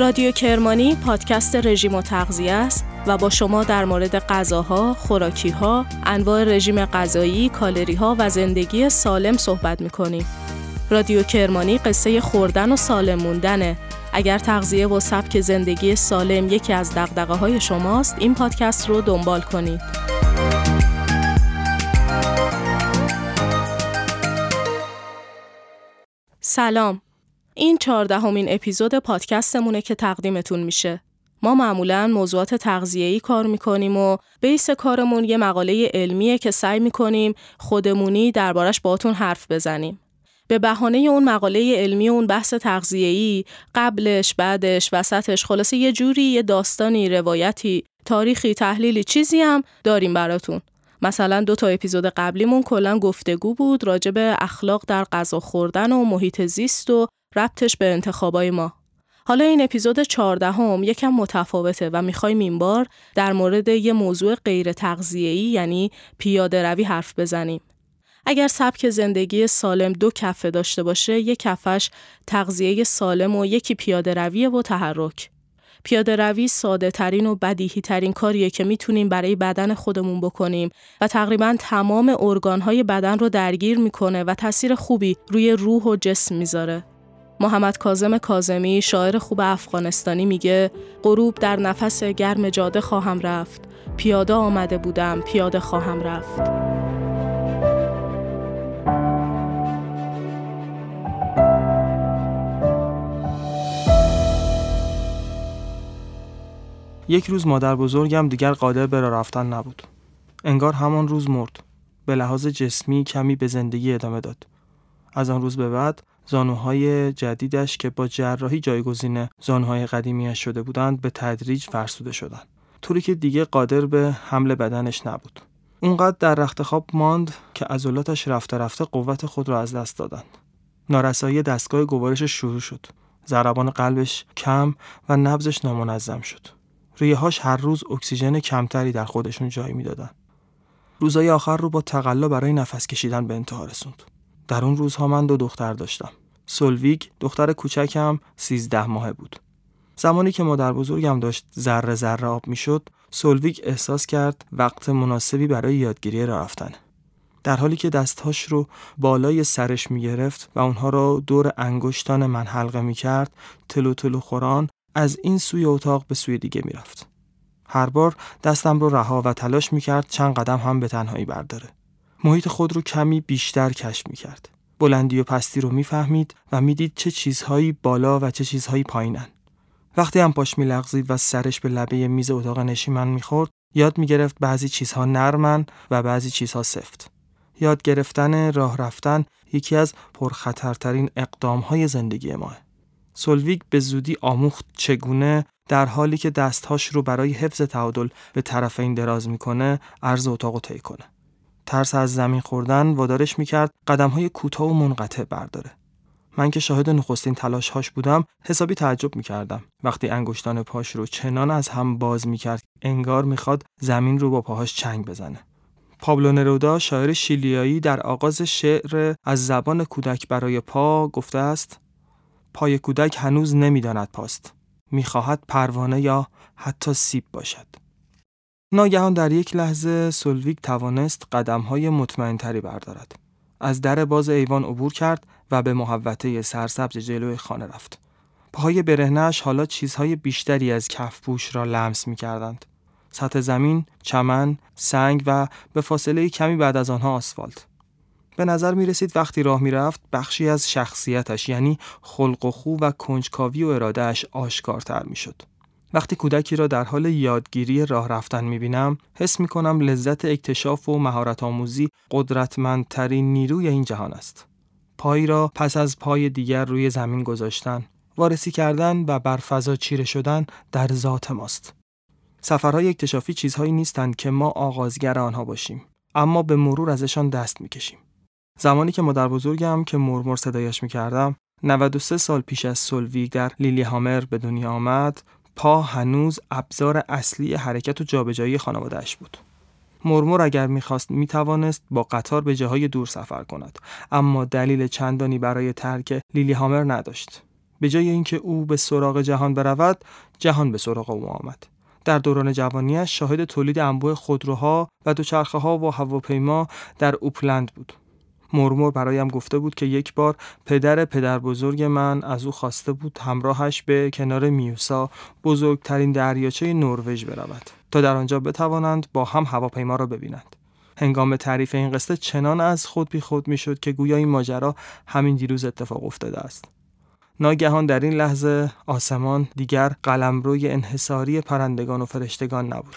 رادیو کرمانی پادکست رژیم و تغذیه است و با شما در مورد غذاها، خوراکی‌ها، انواع رژیم غذایی، کالری‌ها و زندگی سالم صحبت می‌کنیم. رادیو کرمانی قصه خوردن و سالم موندنه. اگر تغذیه و سبک زندگی سالم یکی از دغدغه‌های شماست، این پادکست رو دنبال کنید. سلام. این 14مین اپیزود پادکستمونه که تقدیمتون میشه. ما معمولاً موضوعات تغذیه‌ای کار میکنیم و بیس کارمون یه مقاله علمیه که سعی میکنیم خودمونی دربارش باهاتون حرف بزنیم. به بهانه اون مقاله علمی و اون بحث تغذیه‌ای قبلش، بعدش، وسطش خلاصه یه جوری یه داستانی، روایتی، تاریخی، تحلیلی چیزی هم داریم براتون. مثلا 2 اپیزود قبلیمون کلاً گفتگو بود راجع به اخلاق در غذا خوردن و محیط زیست و ربطش به انتخابای ما. حالا این اپیزود 14 یکم متفاوته و میخوایم این بار در مورد یه موضوع غیر تغذیه‌ای یعنی پیاده روی حرف بزنیم. اگر سبک زندگی سالم 2 کفه داشته باشه، یک کفش تغذیه سالم و یکی پیاده روی و تحرک. پیاده روی ساده ترین و بدیهی ترین کاریه که میتونیم برای بدن خودمون بکنیم و تقریباً تمام ارگانهای بدن رو درگیر میکنه و تاثیر خوبی روی روح و جسم میذاره. محمد کاظم کاظمی شاعر خوب افغانستانی میگه غروب در نفس گرم جاده خواهم رفت، پیاده آمده بودم پیاده خواهم رفت. یک روز مادر بزرگم دیگر قادر به راه رفتن نبود. انگار همان روز مرد. به لحاظ جسمی کمی به زندگی ادامه داد. از آن روز به بعد زانوهای جدیدش که با جراحی جایگزین زانوهای قدیمیش شده بودند به تدریج فرسوده شدند. طوری که دیگه قادر به حمل بدنش نبود. اونقدر در رخت خواب ماند که عضلاتش رفته رفته قوت خود را از دست دادند. نارسایی دستگاه گوارش شروع شد. ضربان قلبش کم و نبضش نامنظم شد. ریه‌هاش هر روز اکسیژن کمتری در خودشون جای میدادن. روزهای آخر رو با تقلا برای نفس کشیدن به انتها رسوند. در اون روزها من 2 دختر داشتم. سولویگ دختر کوچکم 13 ماهه بود. زمانی که مادر بزرگم داشت ذره ذره آب میشد، سولویگ احساس کرد وقت مناسبی برای یادگیری راه رفتنه. در حالی که دستهاش رو بالای سرش میگرفت و اونها رو دور انگشتان من حلقه میکرد، تلو تلو خوران از این سوی اتاق به سوی دیگه میرفت. هر بار دستم رو رها و تلاش میکرد چند قدم هم به تنهایی برداره. محیط خود رو کمی بیشتر کشف میکرد. بلندی و پستی رو میفهمید و میدید چه چیزهایی بالا و چه چیزهایی پایینن. وقتی هم پاش میلغزید و سرش به لبه میز اتاق نشیمن میخورد، یاد میگرفت بعضی چیزها نرمن و بعضی چیزها سفت. یاد گرفتن راه رفتن یکی از پرخطرترین اقدامهای زندگی ماه. سولویگ به زودی آموخت چگونه در حالی که دستهاش رو برای حفظ تعادل به طرفین دراز میکنه، عرض اتاقو طی کنه. ترس از زمین خوردن وادارش میکرد قدمهای کوتاه و منقطع برداره. من که شاهد نخستین تلاش‌هاش بودم، حسابی تعجب میکردم وقتی انگشتان پاش رو چنان از هم باز میکرد انگار میخواد زمین رو با پاهاش چنگ بزنه. پابلو نرودا شاعر شیلیایی در آغاز شعر از زبان کودک برای پا گفته است: پای کودک هنوز نمیداند پاست، میخواهد پروانه یا حتی سیب باشد. ناگهان در یک لحظه سولویگ توانست قدم‌های مطمئن‌تری بردارد. از در باز ایوان عبور کرد و به محوطه سرسبز جلوی خانه رفت. پاهای برهنه‌اش حالا چیزهای بیشتری از کفپوش را لمس می‌کردند. سطح زمین، چمن، سنگ و به فاصله کمی بعد از آنها آسفالت. به نظر می رسید وقتی راه می رفت بخشی از شخصیتش یعنی خلق و خو و کنجکاوی و ارادهش آشکارتر می شد. وقتی کودکی را در حال یادگیری راه رفتن می بینم حس می کنم لذت اکتشاف و مهارت آموزی قدرتمندترین نیروی این جهان است. پایی را پس از پای دیگر روی زمین گذاشتن، وارسی کردن و بر فضا چیره شدن در ذات ماست. سفرهای اکتشافی چیزهایی نیستند که ما آغازگر آنها باشیم، اما به مرور ازشان دست می کشیم. زمانی که مادر بزرگم که مرمر صدایش می‌کردم 93 سال پیش از سولویگ در لیلیهامر به دنیا آمد، پا هنوز ابزار اصلی حرکت و جابجایی خانواده‌اش بود. مرمر اگر می‌خواست می‌توانست با قطار به جاهای دور سفر کند، اما دلیل چندانی برای ترک لیلیهامر نداشت. به جای اینکه او به سراغ جهان برود، جهان به سراغ او آمد. در دوران جوانیش شاهد تولید انبوه خودروها و دوچرخه‌ها و هواپیما در اوپلند بود. مرمور برایم گفته بود که یک بار پدر بزرگ من از او خواسته بود همراهش به کنار میوسا، بزرگترین دریاچه نروژ برود تا در آنجا بتوانند با هم هواپیما را ببینند. هنگام تعریف این قصه چنان از خود بی خود می شد که گویا این ماجرا همین دیروز اتفاق افتاده است. ناگهان در این لحظه آسمان دیگر قلمروی انحصاری پرندگان و فرشتگان نبود.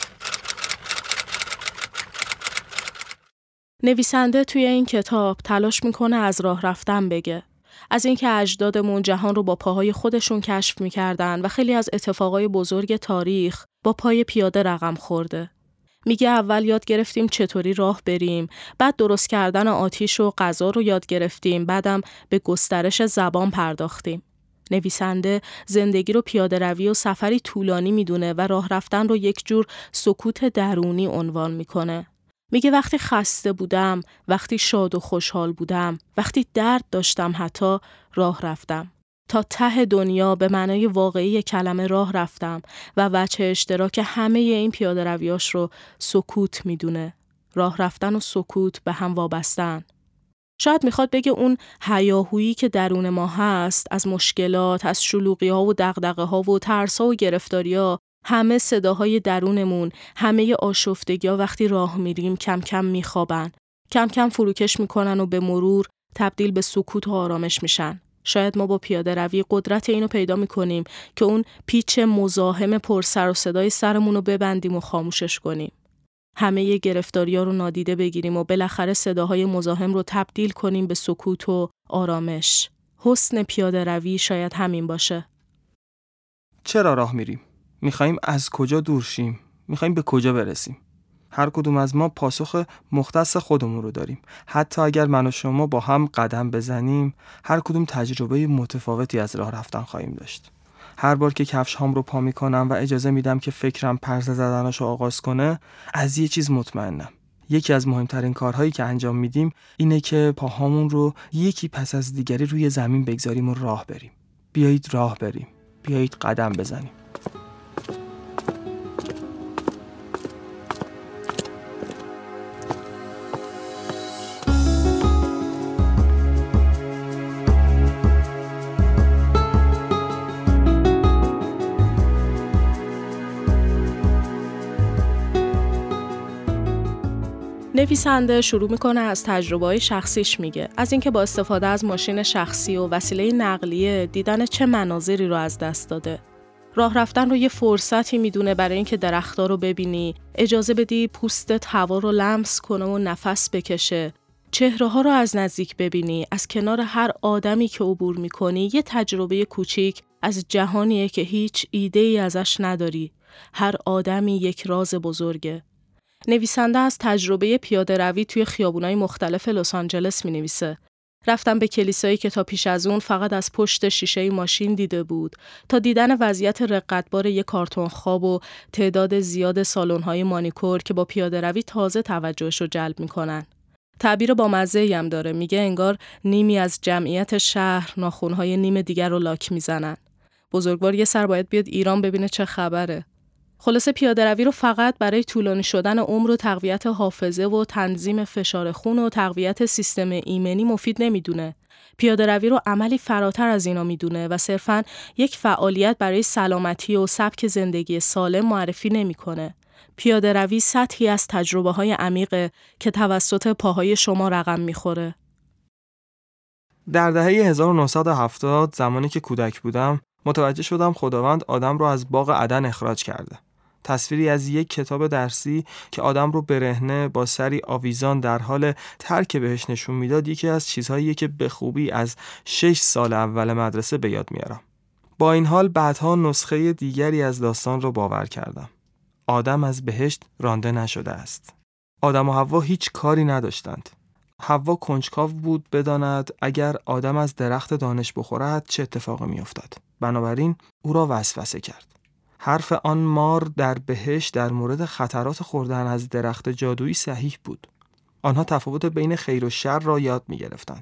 نویسنده توی این کتاب تلاش میکنه از راه رفتن بگه. از اینکه اجدادمون جهان رو با پاهای خودشون کشف میکردن و خیلی از اتفاقای بزرگ تاریخ با پای پیاده رقم خورده. میگه اول یاد گرفتیم چطوری راه بریم، بعد درست کردن آتیش و غذا رو یاد گرفتیم، بعدم به گسترش زبان پرداختیم. نویسنده زندگی رو پیاده روی و سفری طولانی میدونه و راه رفتن رو یک جور سکوت درونی عنوان میکنه. میگه وقتی خسته بودم، وقتی شاد و خوشحال بودم، وقتی درد داشتم حتی راه رفتم. تا ته دنیا به معنای واقعی کلمه راه رفتم و وجه اشتراک همه این پیاده رویاش رو سکوت میدونه. راه رفتن و سکوت به هم وابستن. شاید میخواد بگه اون هیاهویی که درون ما هست، از مشکلات، از شلوغی‌ها و دغدغه‌ها و ترس‌ها و گرفتاری‌ها، همه صداهای درونمون، همه آشفتگی‌ها وقتی راه میریم کم کم میخوابن، کم کم فروکش میکنن و به مرور تبدیل به سکوت و آرامش میشن. شاید ما با پیاده روی قدرت اینو پیدا میکنیم که اون پیچ مزاحم پر سر و صدای سرمون رو ببندیم و خاموشش کنیم. همه گرفتاری‌ها رو نادیده بگیریم و بالاخره صداهای مزاحم رو تبدیل کنیم به سکوت و آرامش. حسن پیاده روی شاید همین باشه. چرا راه میریم؟ میخواییم از کجا دور شیم؟ میخواییم به کجا برسیم؟ هر کدوم از ما پاسخ مختص خودمون رو داریم. حتی اگر من و شما با هم قدم بزنیم، هر کدوم تجربه متفاوتی از راه رفتن خواهیم داشت. هر بار که کفش هام رو پا میکنم و اجازه میدم که فکرم پرسه زدنش رو آغاز کنه، از یه چیز مطمئنم. یکی از مهمترین کارهایی که انجام میدیم اینه که پاهامون رو یکی پس از دیگری روی زمین بگذاریم و راه بریم. بیایید راه بریم. بیایید قدم بزنیم. نویسنده شروع میکنه از تجربه‌های شخصیش میگه، از اینکه با استفاده از ماشین شخصی و وسیله نقلیه دیدن چه مناظری رو از دست داده. راه رفتن رو یه فرصتی میدونه برای اینکه درخت‌ها رو ببینی، اجازه بدی پوستت هوا رو لمس کنه و نفس بکشه، چهره‌ها رو از نزدیک ببینی، از کنار هر آدمی که عبور میکنی یه تجربه کوچیک از جهانیه که هیچ ایده‌ای ازش نداری. هر آدمی یک راز بزرگه. نویسنده از تجربه پیاده روی توی خیابونای مختلف لس آنجلس می‌نویسه. رفتم به کلیسایی که تا پیش از اون فقط از پشت شیشه ماشین دیده بود، تا دیدن وضعیت رقتبار یک کارتون خواب و تعداد زیاد سالن‌های مانیکور که با پیاده روی تازه توجهش رو جلب می‌کنن. تعبیر بامزه‌ای هم داره، میگه انگار نیمی از جمعیت شهر ناخن‌های نیم دیگر رو لاک میزنن. بزرگوار یه سر باید بیاد ایران ببینه چه خبره. خلاصه پیاده روی رو فقط برای طولانی شدن عمر و تقویت حافظه و تنظیم فشار خون و تقویت سیستم ایمنی مفید نمیدونه. پیاده روی رو عملی فراتر از اینا میدونه و صرفاً یک فعالیت برای سلامتی و سبک زندگی سالم معرفی نمیکنه. پیاده روی سطحی از تجربه‌های عمیقه که توسط پاهای شما رقم میخوره. در دهه 1970 زمانی که کودک بودم متوجه شدم خداوند آدم رو از باغ عدن اخراج کرده. تصویری از یک کتاب درسی که آدم رو برهنه با سری آویزان در حال ترک بهش نشون میداد یکی از چیزهایی که به خوبی از 6 سال اول مدرسه به یاد میارم. با این حال بعدها نسخه دیگری از داستان رو باور کردم. آدم از بهشت رانده نشده است. آدم و حوا هیچ کاری نداشتند. حوا کنجکاو بود بداند اگر آدم از درخت دانش بخورد چه اتفاقی میافتد. بنابراین او را وسوسه کرد. حرف آن مار در بهشت در مورد خطرات خوردن از درخت جادویی صحیح بود. آنها تفاوت بین خیر و شر را یاد می گرفتند.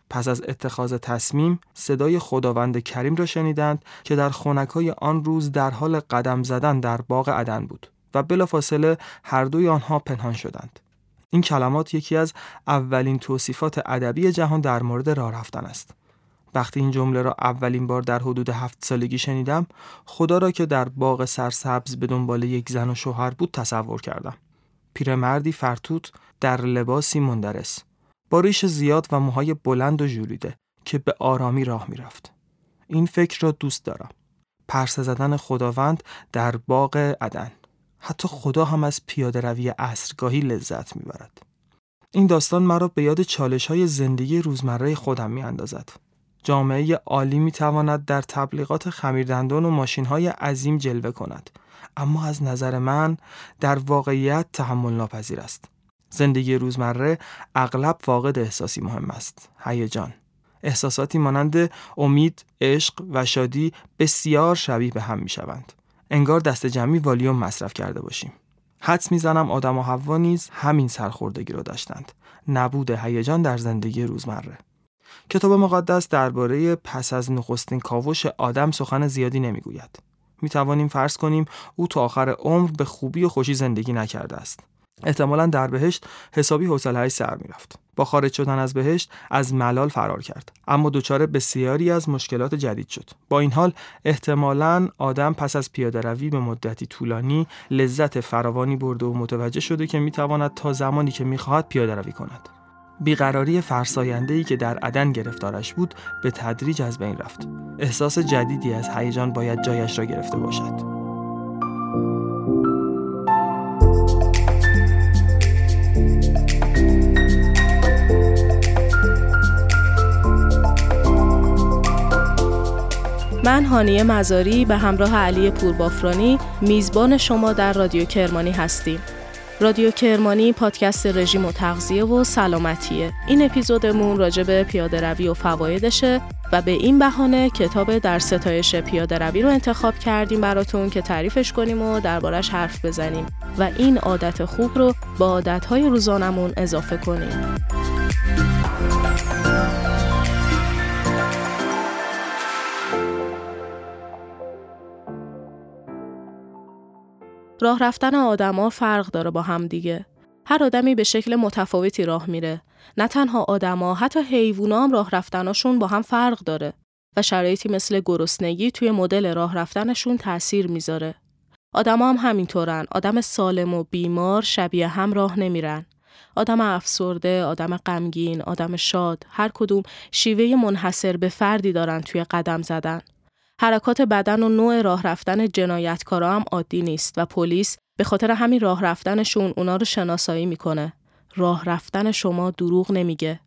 پس از اتخاذ تصمیم صدای خداوند کریم را شنیدند که در خنکای آن روز در حال قدم زدن در باغ عدن بود و بلافاصله هر دوی آنها پنهان شدند. این کلمات یکی از اولین توصیفات ادبی جهان در مورد راه رفتن است. وقتی این جمله را اولین بار در حدود 7 سالگی شنیدم، خدا را که در باغ سرسبز به دنبال یک زن و شوهر بود تصور کردم. پیرمردی فرتوت در لباسی مندرس، با ریش زیاد و موهای بلند و ژولیده که به آرامی راه می‌رفت. این فکر را دوست دارم. پرسه زدن خداوند در باغ عدن. حتی خدا هم از پیاده روی عصرگاهی لذت می‌برد. این داستان مرا به یاد چالش‌های زندگی روزمره خودم می‌اندازد. جامعه عالی می‌تواند در تبلیغات خمیردندان و ماشین‌های عظیم جلوه کند، اما از نظر من در واقعیت تحمل ناپذیر است. زندگی روزمره اغلب فاقد احساسی مهم است. هیجان. احساساتی مانند امید، عشق و شادی بسیار شبیه به هم می‌شوند. انگار دست جمعی والیوم مصرف کرده باشیم. حدس می‌زنم آدم و حوا نیز همین سرخوردگی را داشتند. نبود هیجان در زندگی روزمره. کتاب مقدس درباره پس از نخستین کاوش آدم سخن زیادی نمیگوید. میتوانیم فرض کنیم او تا آخر عمر به خوبی و خوشی زندگی نکرده است. احتمالاً در بهشت حسابی حوصله‌اش سر میرفت. با خارج شدن از بهشت از ملال فرار کرد، اما دچار بسیاری از مشکلات جدید شد. با این حال احتمالاً آدم پس از پیاده روی به مدتی طولانی لذت فراوانی برده و متوجه شده که میتواند تا زمانی که میخواهد پیاده روی کند. بیقراری فرساینده‌ای که در عدن گرفتارش بود به تدریج از بین رفت. احساس جدیدی از هیجان باید جایش را گرفته باشد. من هانیه مزاری به همراه علی پوربافرانی میزبان شما در رادیو کرمانی هستیم. رادیو کرمانی پادکست رژیم و تغذیه و سلامتیه. این اپیزودمون راجع به پیاده روی و فوایدشه و به این بهانه کتاب در ستایش پیاده روی رو انتخاب کردیم براتون که تعریفش کنیم و دربارش حرف بزنیم و این عادت خوب رو با عادت‌های روزانمون اضافه کنیم. راه رفتن آدما فرق داره با هم دیگه. هر آدمی به شکل متفاوتی راه میره. نه تنها آدما، حتی حیوونا هم راه رفتناشون با هم فرق داره و شرایطی مثل گرسنگی توی مدل راه رفتنشون تأثیر میذاره. آدما هم همینطورن. آدم سالم و بیمار شبیه هم راه نمیرن. آدم افسرده، آدم غمگین، آدم شاد، هر کدوم شیوه منحصر به فردی دارن توی قدم زدن. حرکات بدن و نوع راه رفتن جنایتکارا هم عادی نیست و پلیس به خاطر همین راه رفتنشون اونا رو شناسایی میکنه. راه رفتن شما دروغ نمیگه.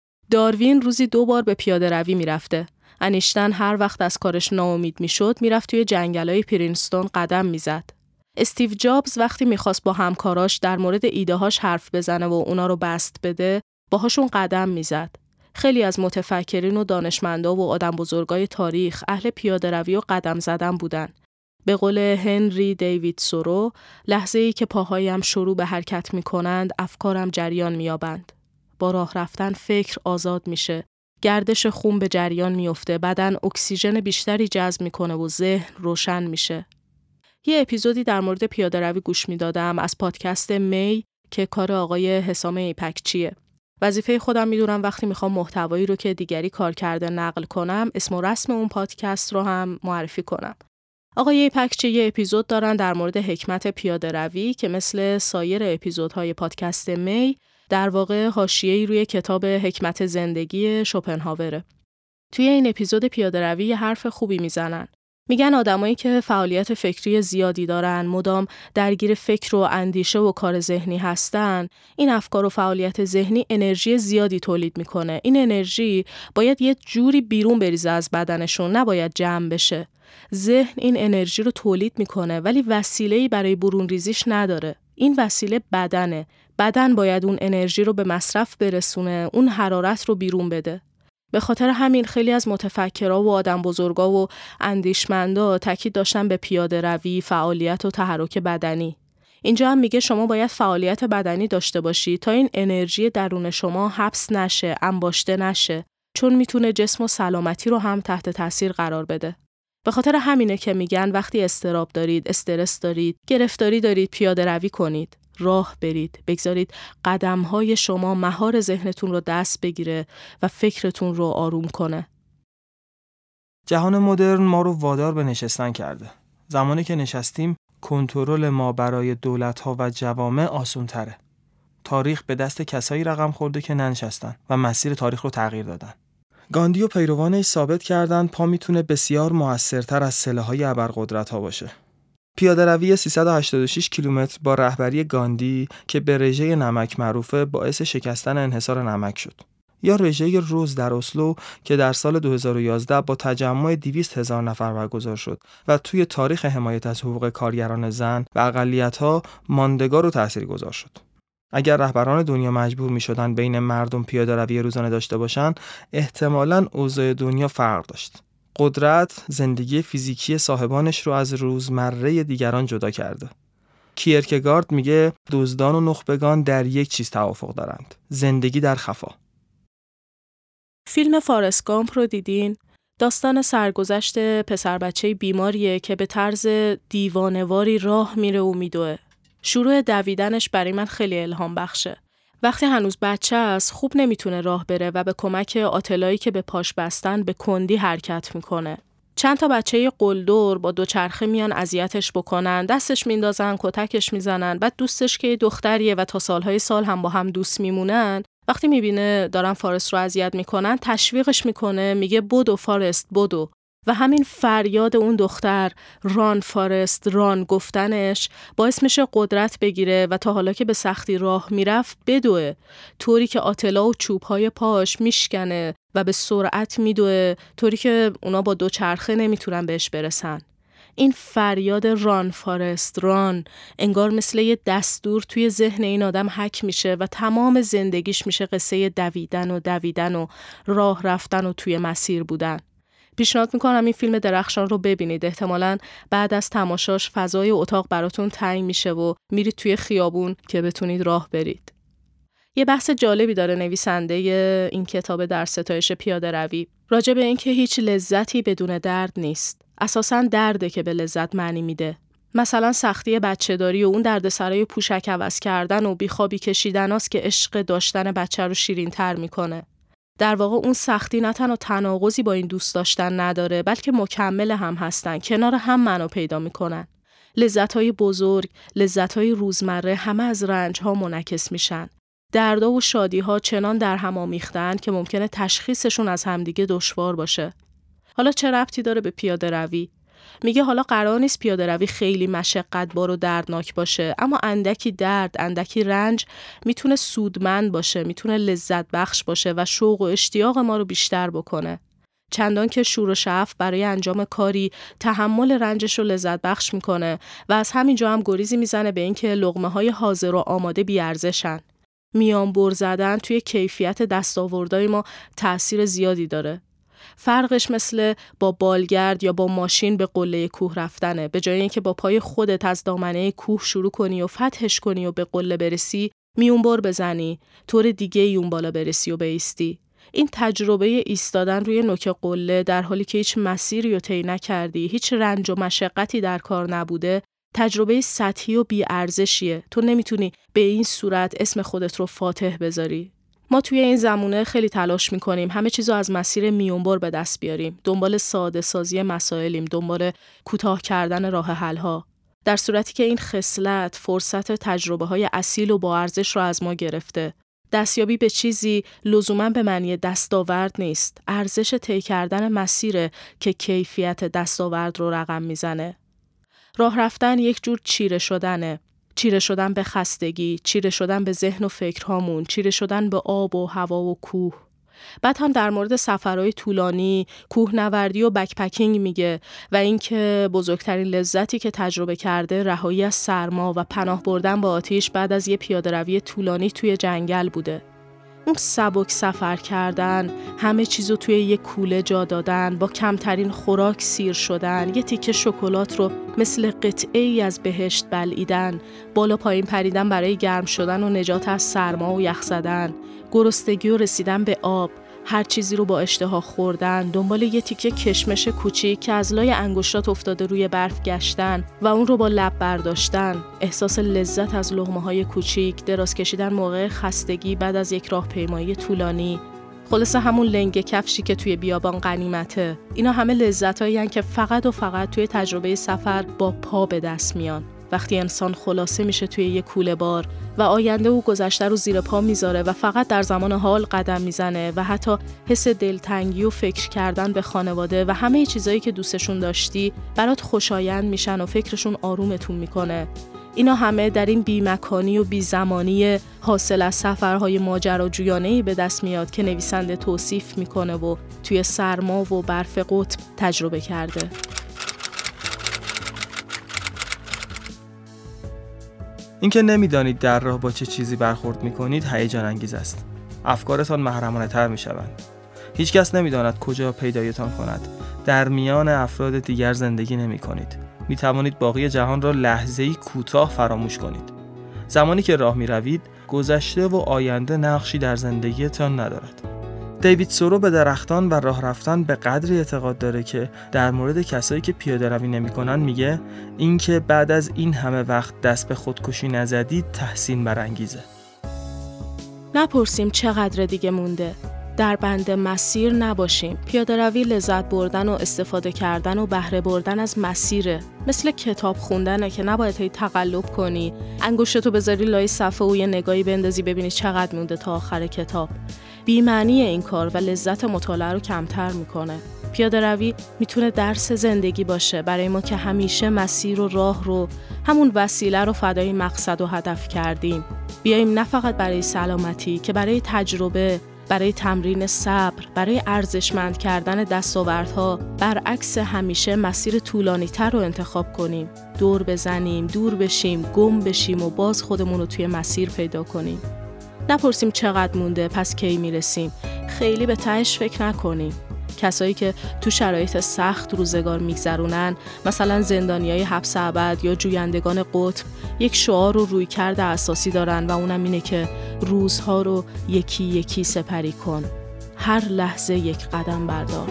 داروین روزی 2 بار به پیاده روی میرفته. انیشتن هر وقت از کارش ناامید میشد میرفت توی جنگلای پرینستون قدم میزد. استیو جابز وقتی میخواست با همکاراش در مورد ایده‌هاش حرف بزنه و اونا رو بسط بده، باهاشون قدم میزد. خیلی از متفکرین و دانشمندا و آدم بزرگای تاریخ اهل پیاده روی و قدم زدن بودن. به قول هنری دیوید سورو، لحظه‌ای که پاهایم شروع به حرکت می‌کنند، افکارم جریان می‌یابند. با راه رفتن فکر آزاد میشه. گردش خون به جریان میفته، بدن اکسیژن بیشتری جذب میکنه و ذهن روشن میشه. یه اپیزودی در مورد پیاده روی گوش میدادم از پادکست می که کار آقای حسام ایپکچیه. وظیفه خودم میدونم وقتی میخوام محتوایی رو که دیگری کار کرده نقل کنم، اسم و رسم اون پادکست رو هم معرفی کنم. آقای ایپکچی یه اپیزود دارن در مورد حکمت پیاده روی که مثل سایر اپیزودهای پادکست می در واقع حاشیه‌ای روی کتاب حکمت زندگی شوپنهاوره. توی این اپیزود پیاده روی یه حرف خوبی میزنن. میگن آدمایی که فعالیت فکری زیادی دارن، مدام درگیر فکر و اندیشه و کار ذهنی هستن، این افکار و فعالیت ذهنی انرژی زیادی تولید میکنه. این انرژی باید یه جوری بیرون بریزه از بدنشون، نباید جمع بشه. ذهن این انرژی رو تولید میکنه ولی وسیله‌ای برای برون ریزیش نداره. این وسیله بدنه. بدن باید اون انرژی رو به مصرف برسونه، اون حرارت رو بیرون بده. به خاطر همین خیلی از متفکرها و آدم بزرگا و اندیشمندا تاکید داشتن به پیاده روی، فعالیت و تحرک بدنی. اینجا هم میگه شما باید فعالیت بدنی داشته باشی تا این انرژی درون شما حبس نشه، انباشته نشه. چون میتونه جسم و سلامتی رو هم تحت تاثیر قرار بده. به خاطر همینه که میگن وقتی اضطراب دارید، استرس دارید، گرفتاری دارید، پیاده روی کنید، راه برید، بگذارید قدم‌های شما مهار ذهنتون رو دست بگیره و فکرتون رو آروم کنه. جهان مدرن ما رو وادار به نشستن کرده. زمانی که نشستیم کنترل ما برای دولت‌ها و جوامع آسان‌تره. تاریخ به دست کسایی رقم خورده که ننشستن و مسیر تاریخ رو تغییر دادن. گاندی و پیروانش ثابت کردن پا میتونه بسیار موثرتر از سلاح‌های ابرقدرت‌ها باشه. پیاده‌روی 386 کیلومتر با رهبری گاندی که به رژه نمک معروفه باعث شکستن انحصار نمک شد. یا رژه روز در اسلو که در سال 2011 با تجمع 200,000 نفر برگزار شد و توی تاریخ حمایت از حقوق کارگران زن و اقلیت‌ها ماندگار و تاثیرگذار شد. اگر رهبران دنیا مجبور می‌شدن بین مردم پیاده‌روی روزانه داشته باشن، احتمالاً اوضاع دنیا فرق داشت. قدرت زندگی فیزیکی صاحبانش رو از روزمره دیگران جدا کرده. کیرکگارد میگه دزدان و نخبگان در یک چیز توافق دارند: زندگی در خفا. فیلم فارست گامپ رو دیدین؟ داستان سرگذشت پسر بچه بیماریه که به طرز دیوانه‌واری راه میره و میدوه. شروع دویدنش برای من خیلی الهام بخشه. وقتی هنوز بچه است خوب نمیتونه راه بره و به کمک آتلایی که به پاش بستن به کندی حرکت میکنه. چند تا بچه قلدر با دوچرخه میان اذیتش بکنن، دستش میندازن، کتکش میزنن. بعد دوستش که دختریه و تا سالهای سال هم با هم دوست میمونن، وقتی میبینه دارن فارست رو اذیت میکنن تشویقش میکنه، میگه بدو فارست بدو. و همین فریاد اون دختر ران فارست ران گفتنش باعث میشه قدرت بگیره و تا حالا که به سختی راه میرفت بدوه، طوری که آتلا و چوبهای پاش میشکنه و به سرعت میدوه، طوری که اونا با دوچرخه نمیتونن بهش برسن. این فریاد ران فارست ران انگار مثل یه دستور توی ذهن این آدم حک میشه و تمام زندگیش میشه قصه دویدن و راه رفتن و توی مسیر بودن. پیشنهاد میکنم این فیلم درخشان رو ببینید. احتمالاً بعد از تماشاش فضای اتاق براتون تنگ میشه و میرید توی خیابون که بتونید راه برید. یه بحث جالبی داره نویسنده این کتاب در ستایش پیاده روی راجع به این که هیچ لذتی بدون درد نیست. اساساً درده که به لذت معنی میده. مثلا سختی بچه‌داری و اون دردسرای پوشک عوض کردن و بیخوابی کشیدناست که عشق داشتن بچه رو شیرین‌تر میکنه. در واقع اون سختی نه تنها تناقضی با این دوست داشتن نداره، بلکه مکمل هم هستن، کنار هم معنا پیدا میکنن. لذت‌های بزرگ، لذت‌های روزمره همه از رنج‌ها منعکس میشن. دردها و شادی‌ها چنان در هم آمیختن که ممکنه تشخیصشون از همدیگه دشوار باشه. حالا چه ربطی داره به پیاده روی؟ میگه حالا قرار نیست پیاده روی خیلی مشقت‌بار و دردناک باشه، اما اندکی درد، اندکی رنج میتونه سودمند باشه، میتونه لذت بخش باشه و شوق و اشتیاق ما رو بیشتر بکنه. چندان که شور و شعف برای انجام کاری تحمل رنجش رو لذت بخش میکنه و از همینجا هم گریزی میزنه به اینکه لقمه‌های حاضر و آماده بی‌ارزشن. میانبر زدن توی کیفیت دستاوردهای ما تأثیر زیادی داره. فرقش مثل با بالگرد یا با ماشین به قله کوه رفتنه. به جای اینکه با پای خودت از دامنه کوه شروع کنی و فتحش کنی و به قله برسی، میونبر بزنی، طور دیگه اون بالا برسی و بایستی. این تجربه ایستادن روی نوک قله در حالی که هیچ مسیری رو طی نکردی، هیچ رنج و مشقتی در کار نبوده، تجربه سطحی و بی‌ارزشیه. تو نمیتونی به این صورت اسم خودت رو فاتح بذاری. ما توی این زمونه خیلی تلاش میکنیم همه چیزو از مسیر میونبر به دست بیاریم. دنبال ساده سازی مسائلیم، دنبال کوتاه کردن راه حل‌ها. در صورتی که این خصلت فرصت تجربه‌های اصیل و با ارزش رو از ما گرفته. دستیابی به چیزی لزوماً به معنی دستاورد نیست. ارزش طی کردن مسیره که کیفیت دستاورد رو رقم میزنه. راه رفتن یک جور چیره شدنه. چیره شدن به خستگی، چیره شدن به ذهن و فکرهامون، چیره شدن به آب و هوا و کوه. بعد هم در مورد سفرهای طولانی، کوهنوردی و بکپکینگ میگه و اینکه بزرگترین لذتی که تجربه کرده رهایی از سرما و پناه بردن با آتش بعد از یه پیاده‌روی طولانی توی جنگل بوده. اون سبک سفر کردن، همه چیزو توی یه کوله جا دادن، با کمترین خوراک سیر شدن، یه تیکه شکلات رو مثل قطعه‌ای از بهشت بلعیدن، بالا پایین پریدن برای گرم شدن و نجات از سرما و یخ زدن، گرسنگی و رسیدن به آب، هر چیزی رو با اشتها خوردن، دنبال یه تیکه کشمش کوچیک که از لای انگشتات افتاده روی برف گشتن و اون رو با لب برداشتن، احساس لذت از لقمه‌های کوچیک، دراز کشیدن موقع خستگی بعد از یک راهپیمایی طولانی، خلاصه همون لنگ کفشی که توی بیابان غنیمته. اینا همه لذتایی هستن که فقط و فقط توی تجربه سفر با پا به دست میان. وقتی انسان خلاصه میشه توی یک کوله بار و آینده و گذشته رو زیر پا میذاره و فقط در زمان حال قدم میزنه و حتی حس دلتنگی و فکر کردن به خانواده و همه چیزایی که دوستشون داشتی برات خوشایند میشن و فکرشون آرومتون میکنه. اینا همه در این بی‌مکانی و بی‌زمانی حاصل از سفرهای ماجراجویانه‌ای به دست میاد که نویسنده توصیف میکنه و توی سرما و برف قطب تجربه کرده. اینکه نمیدانید در راه با چه چیزی برخورد میکنید هیجان انگیز است. افکارتان محرمانه تر میشوند. هیچ کس نمیداند کجا پیدایتان کند. در میان افراد دیگر زندگی نمی کنید. می توانید باقی جهان را لحظه‌ای کوتاه فراموش کنید. زمانی که راه می روید، گذشته و آینده نقشی در زندگیتان ندارد. دیوید سورو به درختان و راه رفتن به قدری اعتقاد داره که در مورد کسایی که پیاده روی نمی‌کنن میگه اینکه بعد از این همه وقت دست به خودکشی نزدید تحسین برانگیزه. نپرسیم چقدر دیگه مونده. در بند مسیر نباشیم. پیاده روی لذت بردن و استفاده کردن و بهره بردن از مسیره. مثل کتاب خوندنه که نباید هی تقلب کنی، انگشتتو بذاری لای صفحه و یه نگاهی بندازی ببینی چقدر مونده تا آخر کتاب. بی‌معنی این کار و لذت مطالعه رو کمتر میکنه. پیاده روی میتونه درس زندگی باشه برای ما که همیشه مسیر و راه رو، همون وسیله رو فدای مقصد و هدف کردیم. بیاییم نه فقط برای سلامتی که برای تجربه، برای تمرین صبر، برای ارزشمند کردن دستاوردها، برعکس همیشه مسیر طولانی‌تر رو انتخاب کنیم. دور بزنیم، دور بشیم، گم بشیم و باز خودمون رو توی مسیر پیدا کنیم. نپرسیم چقدر مونده، پس کی میرسیم. خیلی به تهش فکر نکنیم. کسایی که تو شرایط سخت روزگار میگذرونن، مثلا زندانیای حبس ابد یا جویندگان قطب، یک شعار و رویکرد اساسی دارن و اونم اینه که روزها رو یکی یکی سپری کن. هر لحظه یک قدم بردار.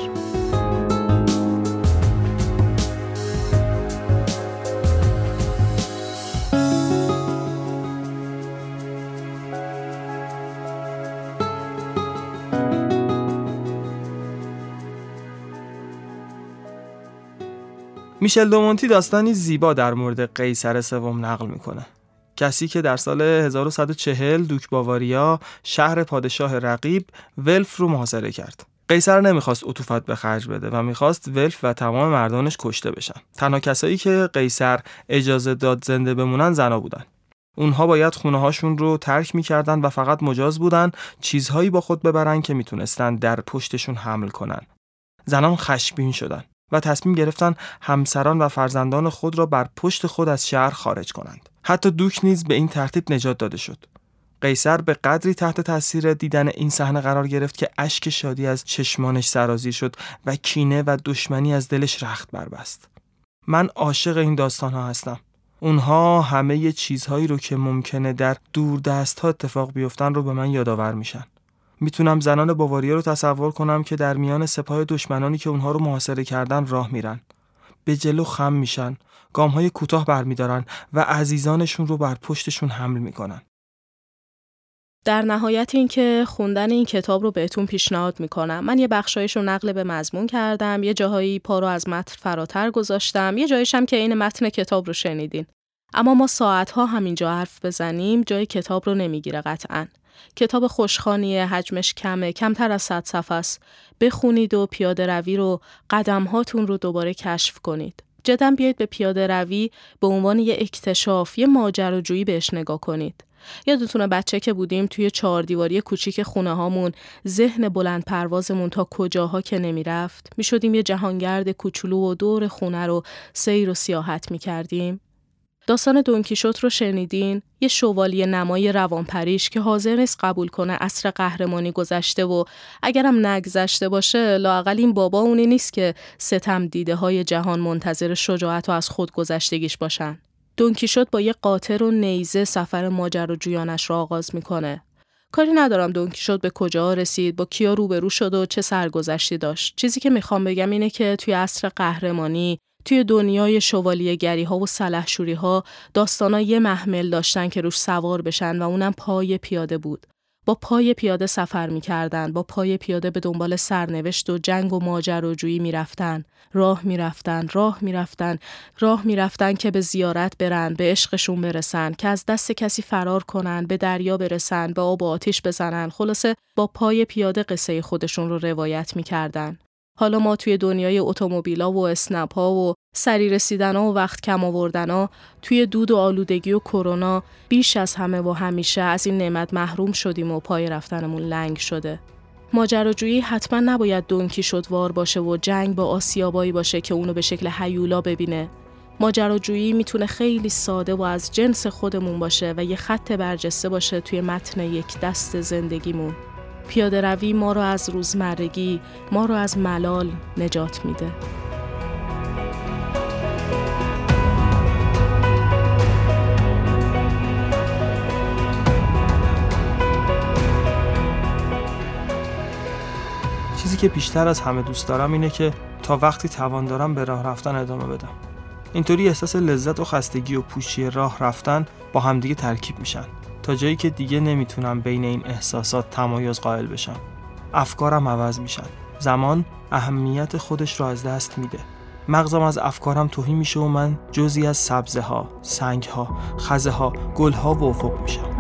میشل دومونتی داستانی زیبا در مورد قیصر سوم نقل میکنه. کسی که در سال 1140 دوک باواریا، شهر پادشاه رقیب، ولف رو محاصره کرد. قیصر نمیخواست عطوفت به خرج بده و میخواست ولف و تمام مردانش کشته بشن. تنها کسایی که قیصر اجازه داد زنده بمونن زنا بودن. اونها باید خونه هاشون رو ترک میکردن و فقط مجاز بودن چیزهایی با خود ببرن که میتونستن در پشتشون حمل کنن. زنان خشمگین شدن و تصمیم گرفتن همسران و فرزندان خود را بر پشت خود از شهر خارج کنند. حتی دوک نیز به این ترتیب نجات داده شد. قیصر به قدری تحت تاثیر دیدن این صحنه قرار گرفت که اشک شادی از چشمانش سرازیر شد و کینه و دشمنی از دلش رخت بربست. من عاشق این داستان‌ها هستم. اونها همه ی چیزهایی رو که ممکنه در دوردست‌ها اتفاق بیفتن رو به من یادآور میشن. میتونم زنان باواریا رو تصور کنم که در میان سپاه دشمنانی که اونها رو محاصره کردن راه میرن. به جلو خم میشن، گام‌های کوتاه برمیدارن و عزیزانشون رو بر پشتشون حمل میکنن. در نهایت این که خوندن این کتاب رو بهتون پیشنهاد میکنم. من یه بخشایش رو نقل به مضمون کردم، یه جاهایی پا رو از متن فراتر گذاشتم، یه جایش هم که این متن کتاب رو شنیدین. اما ما ساعتها همینجا حرف بزنیم جای کتاب رو نمیگیره قطعاً. کتاب خوشخوانیه، حجمش کمه، کمتر از 100 صفحه است. بخونید و پیاده روی رو، قدم‌هاتون رو دوباره کشف کنید. جداً بیایید به پیاده روی به عنوان یه اکتشاف، یه ماجراجویی بهش نگاه کنید. یادتونه بچه که بودیم توی 4 دیواری کوچیک خونه هامون ذهن بلند پروازمون تا کجاها که نمیرفت، میشدیم یه جهانگرد کوچولو و دور خونه رو سیر و سیاحت میکردیم. داستان دونکیشوت رو شنیدین؟ یه شوالیه نمای روانپریش که حاضر نیست قبول کنه عصر قهرمانی گذشته و اگرم نگذشته باشه لااقل این بابا اونی نیست که ستم دیده های جهان منتظر شجاعت و از خود گذشتگیش باشن. دونکیشوت با یه قاطر و نیزه سفر ماجراجویانش رو آغاز میکنه. کاری ندارم دون کیشوت به کجا رسید، با کیا روبرو شد و چه سرگذشتی داشت. چیزی که میخوام بگم اینه که توی عصر قهرمانی، توی دنیای شوالیه‌گری‌ها و سلحشوری‌ها، داستانا یه محمل داشتن که روش سوار بشن و اونم پای پیاده بود. با پای پیاده سفر می‌کردن، با پای پیاده به دنبال سرنوشت و جنگ و ماجراجویی می‌رفتن، راه می‌رفتن که به زیارت برن، به عشقشون برسن، که از دست کسی فرار کنن، به دریا برسن، به آب و آتش بزنن. خلاصه با پای پیاده قصه خودشون رو روایت می‌کردن. حالا ما توی دنیای اتومبیلا و اسنپ‌ها و سری رسیدن‌ها و وقت کم آوردن‌ها، توی دود و آلودگی و کرونا، بیش از همه و همیشه از این نعمت محروم شدیم و پای رفتنمون لنگ شده. ماجراجویی حتما نباید دون کیشوت وار باشه و جنگ با آسیابایی باشه که اونو به شکل هیولا ببینه. ماجراجویی میتونه خیلی ساده و از جنس خودمون باشه و یه خط برجسته باشه توی متن یک دست زندگیمون. پیاده روی ما رو از روزمرگی، ما رو از ملال نجات میده. چیزی که بیشتر از همه دوست دارم اینه که تا وقتی توان دارم به راه رفتن ادامه بدم. اینطوری احساس لذت و خستگی و پوچی راه رفتن با همدیگه ترکیب میشن تا جایی که دیگه نمیتونم بین این احساسات تمایز قائل بشم. افکارم عوض میشن. زمان اهمیت خودش رو از دست میده. مغزم از افکارم تهی میشه و من جزئی از سبزه ها، سنگ ها، خزه ها، گل ها و افق میشم.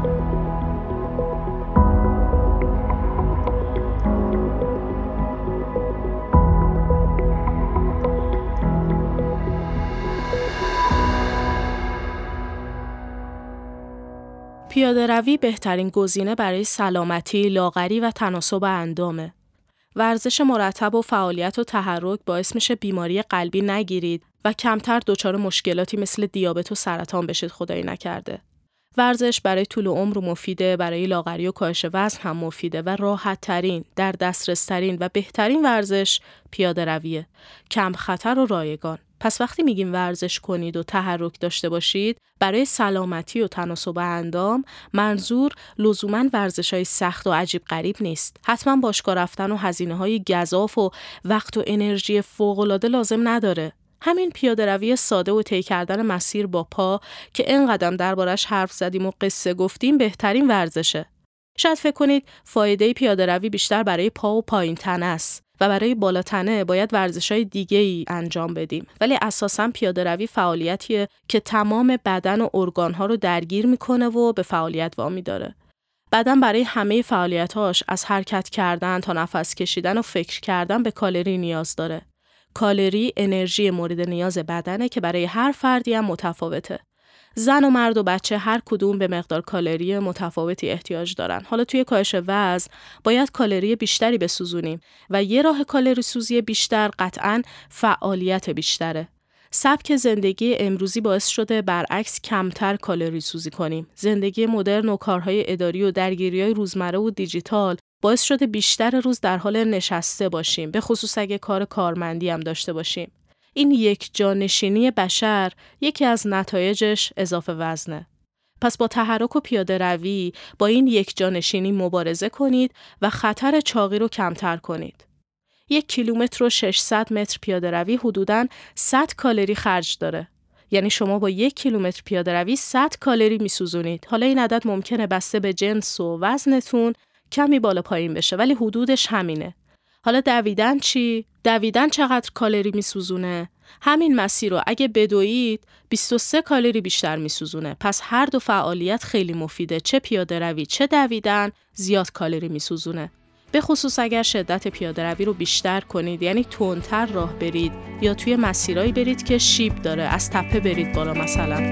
پیاده روی بهترین گزینه برای سلامتی، لاغری و تناسب اندامه. ورزش مرتب و فعالیت و تحرک باعث میشه بیماری قلبی نگیرید و کمتر دچار مشکلاتی مثل دیابت و سرطان بشید خدایی نکرده. ورزش برای طول عمر مفیده، برای لاغری و کاهش وزن هم مفیده و راحت ترین، در دسترس ترین و بهترین ورزش پیاده رویه. کم خطر و رایگان. پس وقتی میگیم ورزش کنید و تحرک داشته باشید، برای سلامتی و تناسب اندام منظور لزوماً ورزش‌های سخت و عجیب غریب نیست. حتما باشگاه رفتن و هزینه‌های گزاف و وقت و انرژی فوق‌العاده لازم نداره. همین پیاده روی ساده و طی کردن مسیر با پا که اینقدر دربارش حرف زدیم و قصه گفتیم بهترین ورزشه. شاید فکر کنید فایده پیاده روی بیشتر برای پا و پایین تنه است و برای بالا تنه باید ورزش‌های دیگه‌ای انجام بدیم. ولی اساساً پیاده روی فعالیتیه که تمام بدن و ارگان‌ها رو درگیر می‌کنه و به فعالیت وامی داره. بدن برای همه فعالیت‌هاش از حرکت کردن تا نفس کشیدن و فکر کردن به کالری نیاز داره. کالری انرژی مورد نیاز بدنه که برای هر فردی هم متفاوته. زن و مرد و بچه هر کدوم به مقدار کالری متفاوتی احتیاج دارن. حالا توی کاهش وزن باید کالری بیشتری بسوزونیم و یه راه کالری سوزی بیشتر قطعاً فعالیت بیشتره. سبک زندگی امروزی باعث شده برعکس کمتر کالری سوزی کنیم. زندگی مدرن و کارهای اداری و درگیری‌های روزمره و دیجیتال باعث شده بیشتر روز در حال نشسته باشیم، به خصوص اگه کار کارمندی هم داشته باشیم. این یک جانشینی بشر یکی از نتایجش اضافه وزنه. پس با تحرک و پیاده روی با این یک جانشینی مبارزه کنید و خطر چاقی رو کمتر کنید. 1 کیلومتر و 600 متر پیاده روی حدوداً 100 کالری خرج داره. یعنی شما با 1 کیلومتر پیاده روی 100 کالری میسوزونید. حالا این عدد ممکنه بسته به جنس و وزنتون کمی بالا پایین بشه ولی حدودش همینه. حالا دویدن چی؟ دویدن چقدر کالری میسوزونه؟ همین مسیر رو اگه بدوید 23 کالری بیشتر میسوزونه. پس هر دو فعالیت خیلی مفیده. چه پیاده روی چه دویدن زیاد کالری میسوزونه. به خصوص اگر شدت پیاده روی رو بیشتر کنید، یعنی تندتر راه برید یا توی مسیرایی برید که شیب داره، از تپه برید بالا مثلا.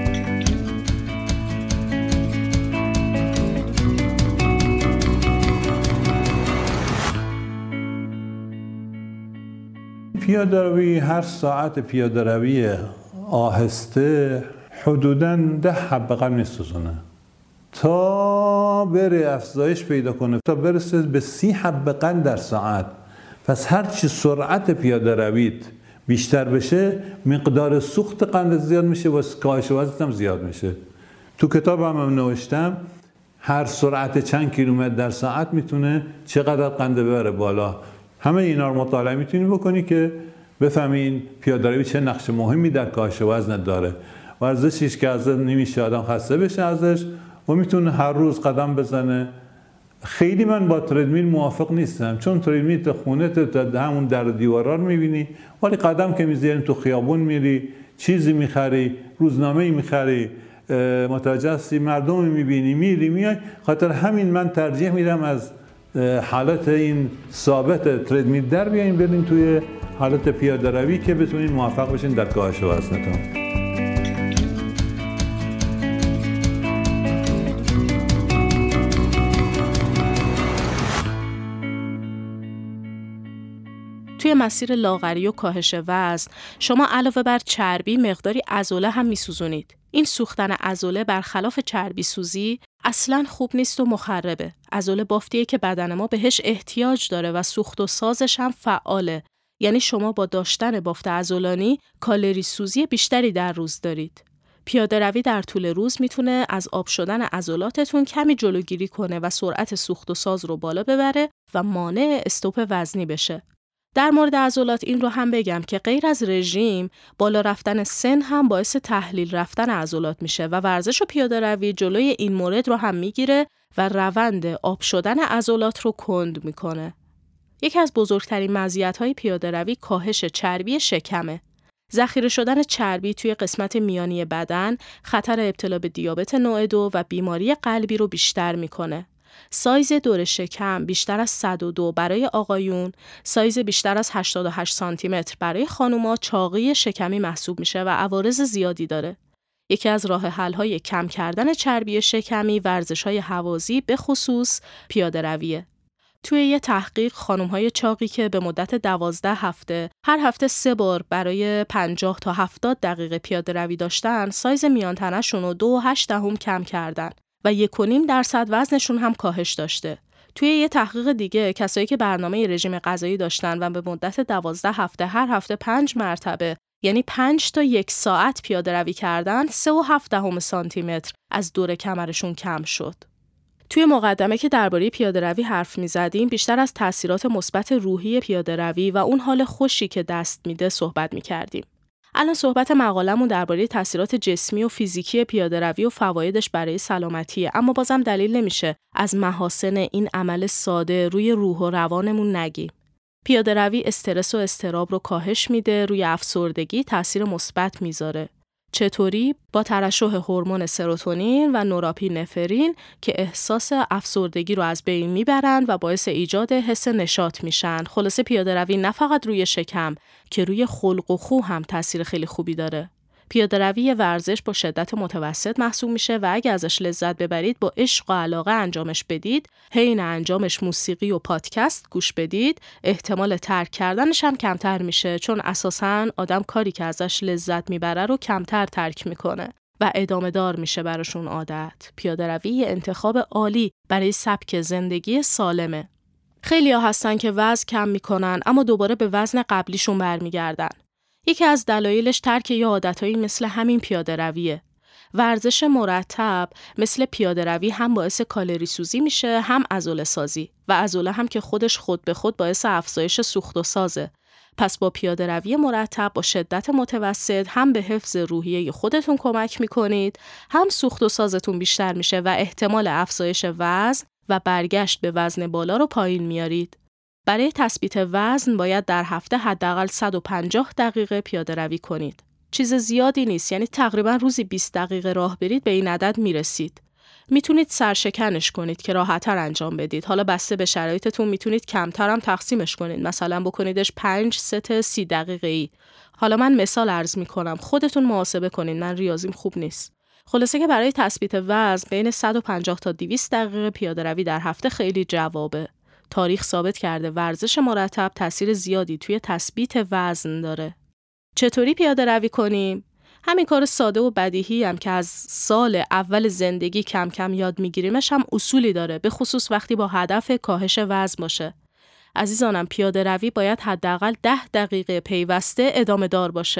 پیاده روی هر ساعت پیاده روی آهسته حدوداً 10 حبه میسوزونه تا بره افزایش پیدا کنه تا برسه به 30 حبه در ساعت. پس هر چی سرعت پیاده رویت بیشتر بشه مقدار سوخت قند زیاد میشه و کاهش وزن هم زیاد میشه. تو کتابم هم نوشتم هر سرعت چند کیلومتر در ساعت میتونه چقدر قنده ببره بالا. همه اینا رو مطالعه میتونی بکنی که بفهمی این پیاده‌روی چه نقش مهمی در کاهش وزن داره. ورزشیش که از نمیشه آدم خسته بشه ازش و میتونه هر روز قدم بزنه. خیلی من با تردمیل موافق نیستم، چون تردمیل تو خونه تو همون در دیوارا رو میبینی، ولی قدم که میزنی تو خیابون میری، چیزی میخری، روزنامه‌ای میخری، متوجه هستی، مردم میبینی، میری میای. خاطر همین من ترجیح میدم از حالت این ثابت تردمیل در بیاین برین توی حالت پیاده روی که بتونین موفق بشین در کاهش وزنتون. توی مسیر لاغری و کاهش وزن شما علاوه بر چربی مقداری عضله هم میسوزونید. این سوختن عضله برخلاف چربی سوزی اصلاً خوب نیست و مخربه. عضله بافتیه که بدن ما بهش احتیاج داره و سوخت و سازش هم فعاله. یعنی شما با داشتن بافت عضلانی کالری سوزی بیشتری در روز دارید. پیاده روی در طول روز میتونه از آب شدن عضلاتتون کمی جلوگیری کنه و سرعت سوخت و ساز رو بالا ببره و مانع استوپ وزنی بشه. در مورد عضلات این رو هم بگم که غیر از رژیم، بالا رفتن سن هم باعث تحلیل رفتن عضلات میشه و ورزش و پیاده روی جلوی این مورد رو هم میگیره و روند آب شدن عضلات رو کند میکنه. یکی از بزرگترین مزیت‌های پیاده روی کاهش چربی شکمه. ذخیره شدن چربی توی قسمت میانی بدن خطر ابتلا به دیابت نوع 2 و بیماری قلبی رو بیشتر میکنه. سایز دور شکم بیشتر از 102 برای آقایون، سایز بیشتر از 88 سانتی متر برای خانوما چاقی شکمی محسوب میشه و عوارض زیادی داره. یکی از راه حل‌های کم کردن چربی شکمی ورزش‌های هوازی به خصوص پیاده رویه. توی یه تحقیق خانم‌های چاقی که به مدت 12 هفته هر هفته 3 بار برای 50 تا 70 دقیقه پیاده روی داشتن، سایز میان تنه‌شون رو 2.8 کم کردن و 1.5% وزنشون هم کاهش داشته. توی یه تحقیق دیگه کسایی که برنامه رژیم غذایی داشتن و به مدت 12 هفته هر هفته 5 مرتبه یعنی 5 تا 1 ساعت پیاده روی کردن 3.7 سانتی متر از دور کمرشون کم شد. توی مقدمه که درباره پیاده روی حرف می‌زدیم بیشتر از تاثیرات مثبت روحی پیاده روی و اون حال خوشی که دست میده صحبت می‌کردیم. الان صحبت مقالمون درباره تاثیرات جسمی و فیزیکی پیاده روی و فوایدش برای سلامتیه، اما بازم دلیل نمیشه از محاسن این عمل ساده روی روح و روانمون نگیم. پیاده روی استرس و اضطراب رو کاهش میده، روی افسردگی تاثیر مثبت میذاره. چطوری؟ با ترشح هورمون سروتونین و نوراپینفرین که احساس افسردگی رو از بین میبرن و باعث ایجاد حس نشاط میشن. خلاصه پیاده روی نه فقط روی شکم که روی خلق و خو هم تاثیر خیلی خوبی داره. پیاده روی ورزش با شدت متوسط محسوب میشه و اگه ازش لذت ببرید با عشق و علاقه انجامش بدید، حین انجامش موسیقی و پادکست گوش بدید، احتمال ترک کردنش هم کمتر میشه، چون اساساً آدم کاری که ازش لذت میبره رو کمتر ترک میکنه و ادامه دار میشه براشون عادت. پیاده روی انتخاب عالی برای سبک زندگی سالمه. خیلی‌ها هستن که وزن کم میکنن اما دوباره به وزن قبلیشون برمیگردن. یکی از دلایلش ترک یه عادتایی مثل همین پیاده رویه. ورزش مرتب مثل پیاده روی هم باعث کالری سوزی میشه، هم عضله سازی و عضله هم که خود به خود باعث افزایش سوخت و سازه. پس با پیاده روی مرتب با شدت متوسط هم به حفظ روحیه خودتون کمک میکنید، هم سوخت و سازتون بیشتر میشه و احتمال افزایش وزن و برگشت به وزن بالا رو پایین میارید. برای تثبیت وزن باید در هفته حداقل 150 دقیقه پیاده روی کنید. چیز زیادی نیست، یعنی تقریبا روزی 20 دقیقه راه برید به این عدد میرسید. میتونید سرشکنش کنید که راحت‌تر انجام بدید. حالا بسته به شرایطتون میتونید کمتر هم تقسیمش کنید. مثلا بکنیدش 5 ست 30 دقیقه‌ای. حالا من مثال عرض میکنم، خودتون محاسبه کنید، من ریاضیم خوب نیست. خلاصه که برای تثبیت وزن بین 150 تا 200 دقیقه پیاده روی در هفته خیلی جوابه. تاریخ ثابت کرده ورزش مرتب تأثیر زیادی توی تثبیت وزن داره. چطوری پیاده روی کنیم؟ همین کار ساده و بدیهی هم که از سال اول زندگی کم کم یاد میگیریمش هم اصولی داره، به خصوص وقتی با هدف کاهش وزن باشه. عزیزانم، پیاده روی باید حداقل 10 دقیقه پیوسته ادامه دار باشه.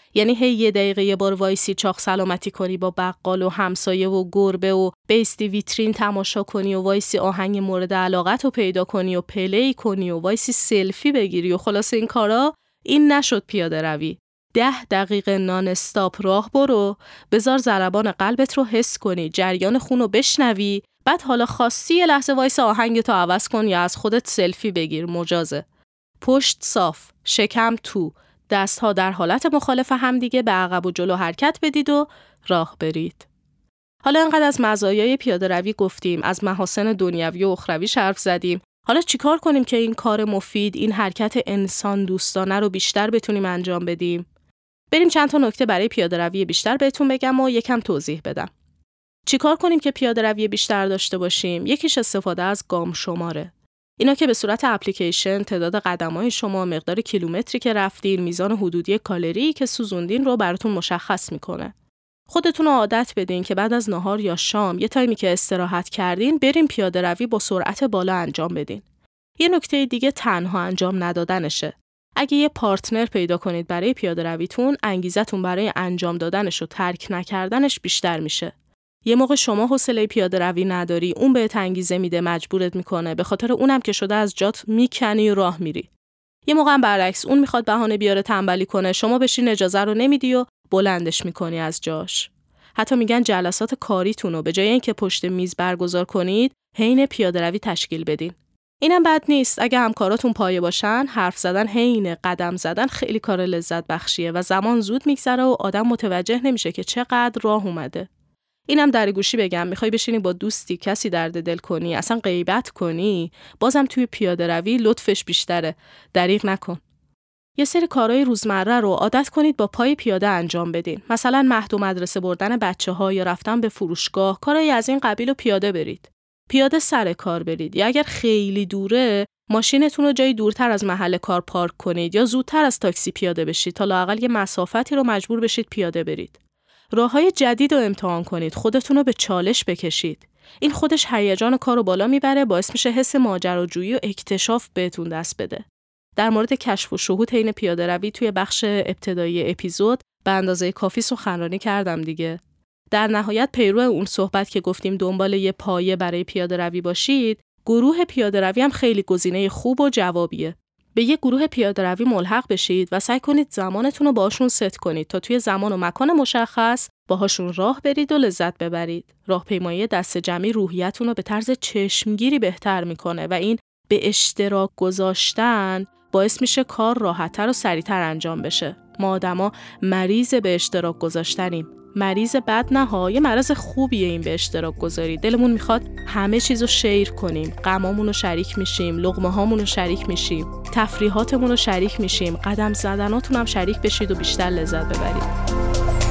یعنی هی 1 دقیقه یه بار وایسی چاق سلامتی کنی با بقال و همسایه و گربه و بیستی ویترین تماشا کنی و وایسی آهنگ مورد علاقت رو پیدا کنی و پلی کنی و وایسی سلفی بگیری و خلاص این کارا، این نشد پیاده روی. 10 دقیقه نان استاپ راه برو، بذار ضربان قلبت رو حس کنی، جریان خون رو بشنوی، بعد حالا خواستی یه لحظه وایس آهنگتو عوض کن یا از خودت سلفی بگیر، مجازه. پشت صاف، شکم تو، دستها در حالت مخالف همدیگه به عقب و جلو حرکت بدید و راه برید. حالا انقدر از مزایای پیاده روی گفتیم، از محاسن دنیوی و اخروی حرف زدیم. حالا چیکار کنیم که این کار مفید، این حرکت انسان دوستانه رو بیشتر بتونیم انجام بدیم؟ بریم چند تا نکته برای پیاده روی بیشتر بهتون بگم و یکم توضیح بدم. چیکار کنیم که پیاده روی بیشتر داشته باشیم؟ یکیش استفاده از گام شماره. اینا که به صورت اپلیکیشن تعداد قدم‌های شما، مقدار کیلومتری که رفتین، میزان حدودی کالری که سوزوندین رو براتون مشخص میکنه. خودتون رو عادت بدین که بعد از نهار یا شام یه تایمی که استراحت کردین بریم پیاده روی با سرعت بالا انجام بدین. یه نکته دیگه تنها انجام ندادنشه. اگه یه پارتنر پیدا کنید برای پیاده رویتون، انگیزتون برای انجام دادنش و ترک نکردنش بیشتر میشه. یه موقع شما حوصله پیاده روی نداری، اون بهت انگیزه میده، مجبورت میکنه، به خاطر اونم که شده از جات میکنی و راه میری. یه موقع هم برعکس، اون میخواد بهانه بیاره تنبلی کنه، شما بشین اجازه رو نمیدی و بلندش میکنی از جاش. حتی میگن جلسات کاریتون رو به جای اینکه پشت میز برگزار کنید، حین پیاده روی تشکیل بدین. اینم بد نیست. اگه همکاراتون پایه باشن، حرف زدن حین قدم زدن خیلی کار لذت بخشیه و زمان زود میگذره و آدم متوجه نمیشه که چقدر راه اومده. اینم در گوشی بگم، میخوای بشینی با دوستی کسی درد دل کنی، اصلا غیبت کنی، بازم توی پیاده روی لطفش بیشتره. دریغ نکن. یه سری کارهای روزمره رو عادت کنید با پای پیاده انجام بدین. مثلا مهد و مدرسه بردن بچه‌ها یا رفتن به فروشگاه، کارهای از این قبیل رو پیاده برید. پیاده سر کار برید. یا اگر خیلی دوره، ماشینتون رو جایی دورتر از محل کار پارک کنید یا زودتر از تاکسی پیاده بشید تا لااقل یه مسافتی رو مجبور بشید پیاده برید. راه‌های جدید رو امتحان کنید، خودتون رو به چالش بکشید. این خودش هیجان کار رو بالا میبره، باعث میشه حس ماجراجویی و اکتشاف بهتون دست بده. در مورد کشف و شهود حین پیاده روی توی بخش ابتدایی اپیزود به اندازه کافی سخنرانی کردم دیگه. در نهایت پیرو اون صحبت که گفتیم دنبال یه پایه برای پیاده روی باشید، گروه پیاده روی هم خیلی گزینه خوب و جوابیه. به یه گروه پیاده روی ملحق بشید و سعی کنید زمانتون رو باشون ست کنید تا توی زمان و مکان مشخص باهاشون راه برید و لذت ببرید. راهپیمایی دست جمعی روحیتون رو به طرز چشمگیری بهتر میکنه و این به اشتراک گذاشتن باعث میشه کار راحت‌تر و سریع‌تر انجام بشه. ما آدما مریض به اشتراک گذاشتنیم. مریض بد نه ها، یه مرض خوبیه این به اشتراک گذاری. دلمون میخواد همه چیزو شیر کنیم، غمامون رو شریک میشیم، لقمه هامون رو شریک میشیم، تفریحاتمون رو شریک میشیم، قدم زدناتون هم شریک بشید و بیشتر لذت ببرید.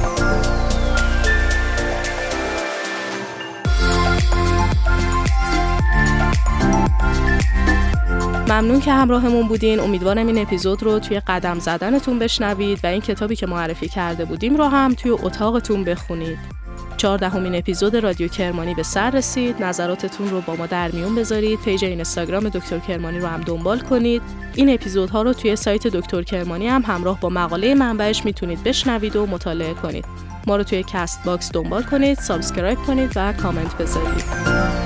ممنون که همراهمون بودین. امیدوارم این اپیزود رو توی قدم زدنتون بشنوید و این کتابی که معرفی کرده بودیم رو هم توی اتاقتون بخونید. 14مین اپیزود رادیو کرمانی به سر رسید. نظراتتون رو با ما در میون بذارید. پیج اینستاگرام دکتر کرمانی رو هم دنبال کنید. این اپیزودها رو توی سایت دکتر کرمانی هم همراه با مقاله منبعش میتونید بشنوید و مطالعه کنید. ما رو توی کست باکس دنبال کنید، سابسکرایب کنید و کامنت بذارید.